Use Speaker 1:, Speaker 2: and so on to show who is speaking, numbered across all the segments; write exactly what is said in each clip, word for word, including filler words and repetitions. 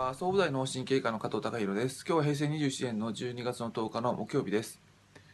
Speaker 1: は総武大脳神経科の加藤孝弘です。今日は平成にじゅうななねんのじゅうにがつのとおかの木曜日です。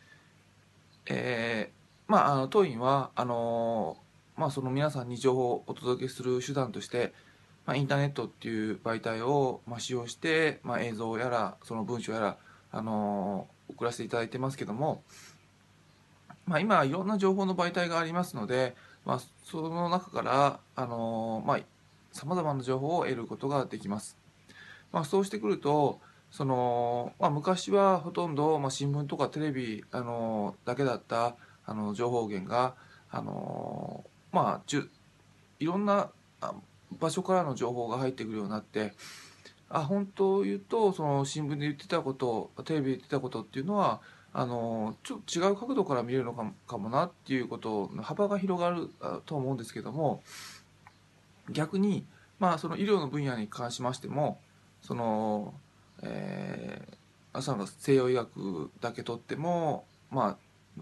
Speaker 1: えー、まあ、あの当院はあのーまあ、その皆さんに情報をお届けする手段として、まあ、インターネットっていう媒体を、まあ、使用して、まあ、映像やらその文章やら、あのー送らせていただいてますけども、まあ、今いろんな情報の媒体がありますので、まあ、その中から、あのーまあ、様々な情報を得ることができます。まあ、そうしてくると、そのまあ、昔はほとんど、まあ、新聞とかテレビ、あのだけだったあの情報源が、あのまあ、じゅいろんなあ場所からの情報が入ってくるようになって、あ本当を言うとその新聞で言ってたこと、テレビで言ってたことっていうのは、あのちょっと違う角度から見れるのかもかもなっていうことの幅が広がるあと思うんですけども、逆に、まあ、その医療の分野に関しましても、その、えー、朝の西洋医学だけとっても、まあ、うん、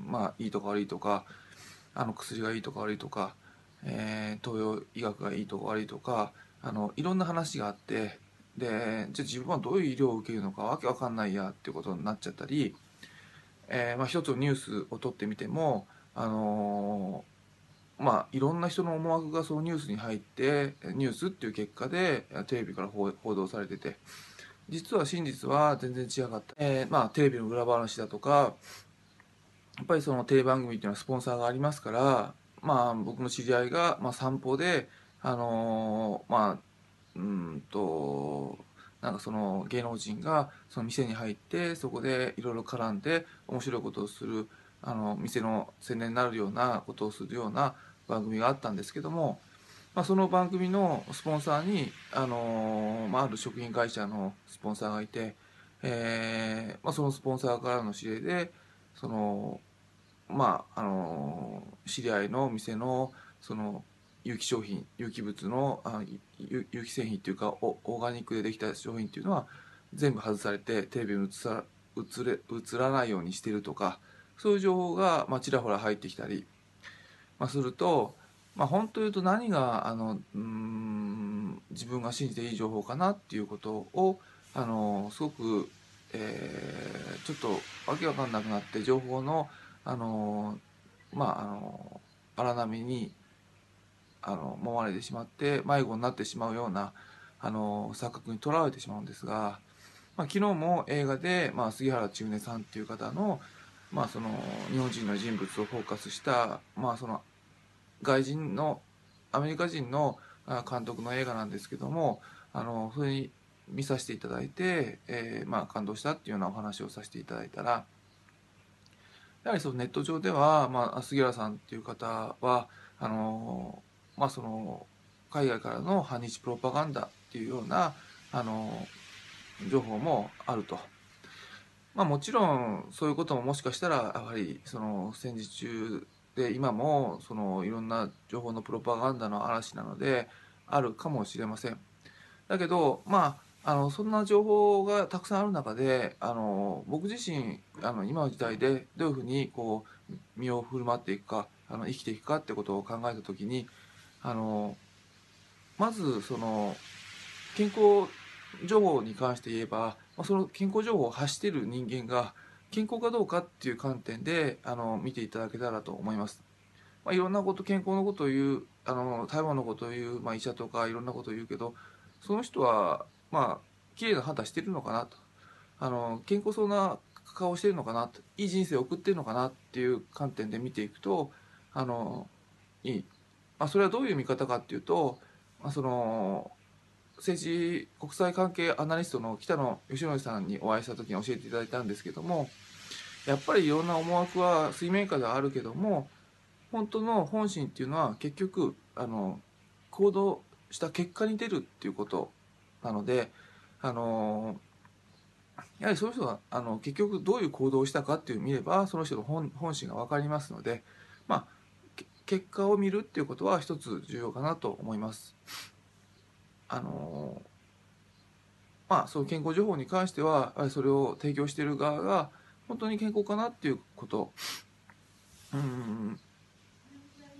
Speaker 1: まあ、いいとか悪いとか、あの薬がいいとか悪いとか、えー、東洋医学がいいとか悪いとか、あのいろんな話があって、で、じゃあ自分はどういう医療を受けるのかわけわかんないやっていうことになっちゃったり、えーまあ、一つのニュースを取ってみても、あのまあ、いろんな人の思惑がそのニュースに入ってニュースっていう結果でテレビから報道されてて、実は真実は全然違かった、えーまあ、テレビの裏話だとか、やっぱりそのテレビ番組っていうのはスポンサーがありますから、まあ、僕の知り合いが、まあ、散歩で、あのーまあうんとなんかその芸能人がその店に入ってそこでいろいろ絡んで面白いことをする、あの店の宣伝になるようなことをするような番組があったんですけども、まあ、その番組のスポンサーに、あのまあ、ある食品会社のスポンサーがいて、えーまあ、そのスポンサーからの指令でそのまああの知り合いの店のその有機商品有機物のあ有有機製品っていうかオーガニックでできた商品っていうのは全部外されてテレビに映さ映れ映らないようにしてるとか、そういう情報が、まあ、ちらほら入ってきたり、まあ、すると、まあ、本当言うと何があのうーん自分が信じていい情報かなっていうことをあのすごく、えーちょっとわけわかんなくなって情報のあのまああの荒波にあの揉まれてしまって迷子になってしまうようなあの錯覚にとらわれてしまうんですが、まあ、昨日も映画で、まあ、杉原千畝さんっていう方の、まあ、その日本人の人物をフォーカスした、まあ、その外人のアメリカ人の監督の映画なんですけども、あのそれに見させていただいて、えーまあ、感動したっていうようなお話をさせていただいたら、やはりそのネット上では、まあ、杉原さんっていう方はあの、まあ、その海外からの反日プロパガンダっていうようなあの情報もあると。まあ、もちろんそういうことももしかしたらやはりその戦時中で今もそのいろんな情報のプロパガンダの嵐なのであるかもしれません。だけどまああのそんな情報がたくさんある中で、あの僕自身あの今の時代でどういうふうにこう身を振る舞っていくか、あの生きていくかってことを考えた時に、あのまずその健康情報に関して言えば、まあ、その健康情報を発している人間が健康かどうかっていう観点であの見ていただけたらと思います。まあ、いろんなこと、健康のことを言う、あの台湾のことを言う、まあ、医者とかいろんなことを言うけど、その人はまあ綺麗な判断してるのかなと、あの健康そうな顔をしてるのかなと、いい人生を送ってるのかなっていう観点で見ていくと、あのいい、まあ、それはどういう見方かっていうと、まあ、その政治国際関係アナリストの北野義則さんにお会いした時に教えていただいたんですけども、やっぱりいろんな思惑は水面下ではあるけども、本当の本心っていうのは結局あの行動した結果に出るっていうことなので、あのやはりその人があの結局どういう行動をしたかっていうのを見ればその人の本本心が分かりますので、まあ結果を見るっていうことは一つ重要かなと思います。あのまあ、その健康情報に関してはそれを提供している側が本当に健康かなっていうこと、うん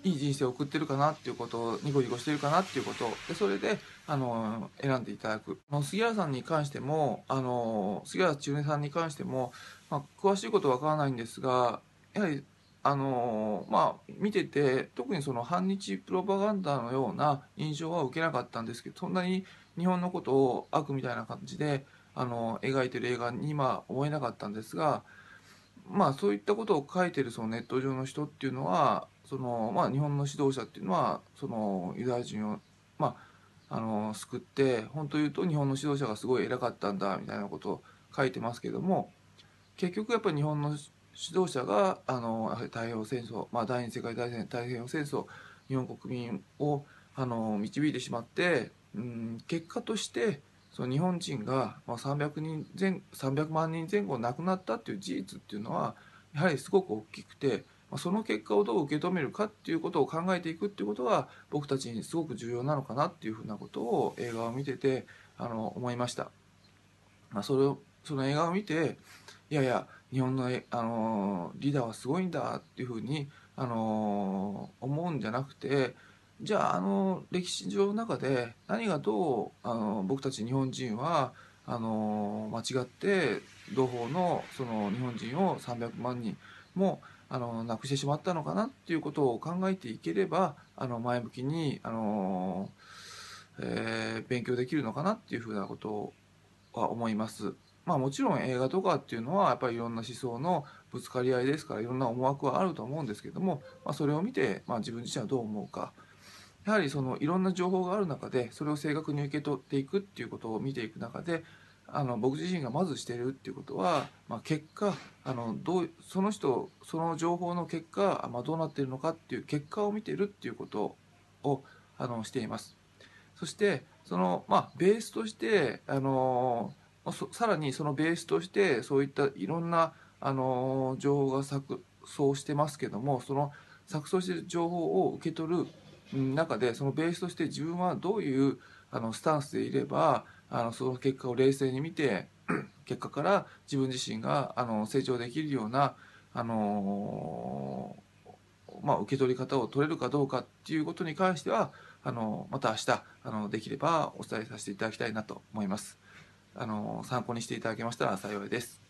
Speaker 1: いい人生を送ってるかなっていうことをニコニコしてるかなっていうことで、それであの選んでいただく。あの杉原さんに関してもあの杉原千畝さんに関しても、まあ、詳しいことはわからないんですが、やはりあのまあ見てて特にその反日プロパガンダのような印象は受けなかったんですけど、そんなに日本のことを悪みたいな感じであの描いてる映画に今思えなかったんですが、まあそういったことを書いてるそのネット上の人っていうのはその、まあ、日本の指導者っていうのはそのユダヤ人を、まあ、あの救って、本当言うと日本の指導者がすごい偉かったんだみたいなことを書いてますけども、結局やっぱり日本の指導者があのやはり太平洋戦争、まあ、第二次世界大戦太平洋戦争日本国民をあの導いてしまって、うん、結果としてその日本人がまあさんびゃくにん前さんびゃくまん人前後亡くなったっていう事実っていうのはやはりすごく大きくて、まあ、その結果をどう受け止めるかっていうことを考えていくっていうことが僕たちにすごく重要なのかなっていうふうなことを映画を見ててあの思いました。まあ、それをその映画を見て、いやいや日本の、あのリーダーはすごいんだっていうふうに、あの思うんじゃなくて、じゃああの歴史上の中で何がどう、あの僕たち日本人はあの間違って同胞のその日本人をさんびゃくまん人もあの亡くしてしまったのかなっていうことを考えていければ、あの前向きに、あのえー勉強できるのかなっていうふうなことは思います。まあもちろん映画とかっていうのはやっぱりいろんな思想のぶつかり合いですから、いろんな思惑はあると思うんですけども、まあ、それを見て、まあ、自分自身はどう思うか、やはりそのいろんな情報がある中でそれを正確に受け取っていくっていうことを見ていく中で、あの僕自身がまずしているっていうことは、まあ、結果あのどうその人その情報の結果、まあ、どうなっているのかっていう結果を見ているっていうことをあのしています。そしてその、まあ、ベースとしてあのさらにそのベースとしてそういったいろんなあの情報が錯綜してますけども、その錯綜している情報を受け取る中で、そのベースとして自分はどういうあのスタンスでいればあのその結果を冷静に見て、結果から自分自身があの成長できるようなあのまあ、受け取り方を取れるかどうかっていうことに関してはあのまた明日あのできればお伝えさせていただきたいなと思います。あの参考にしていただけましたら幸いです。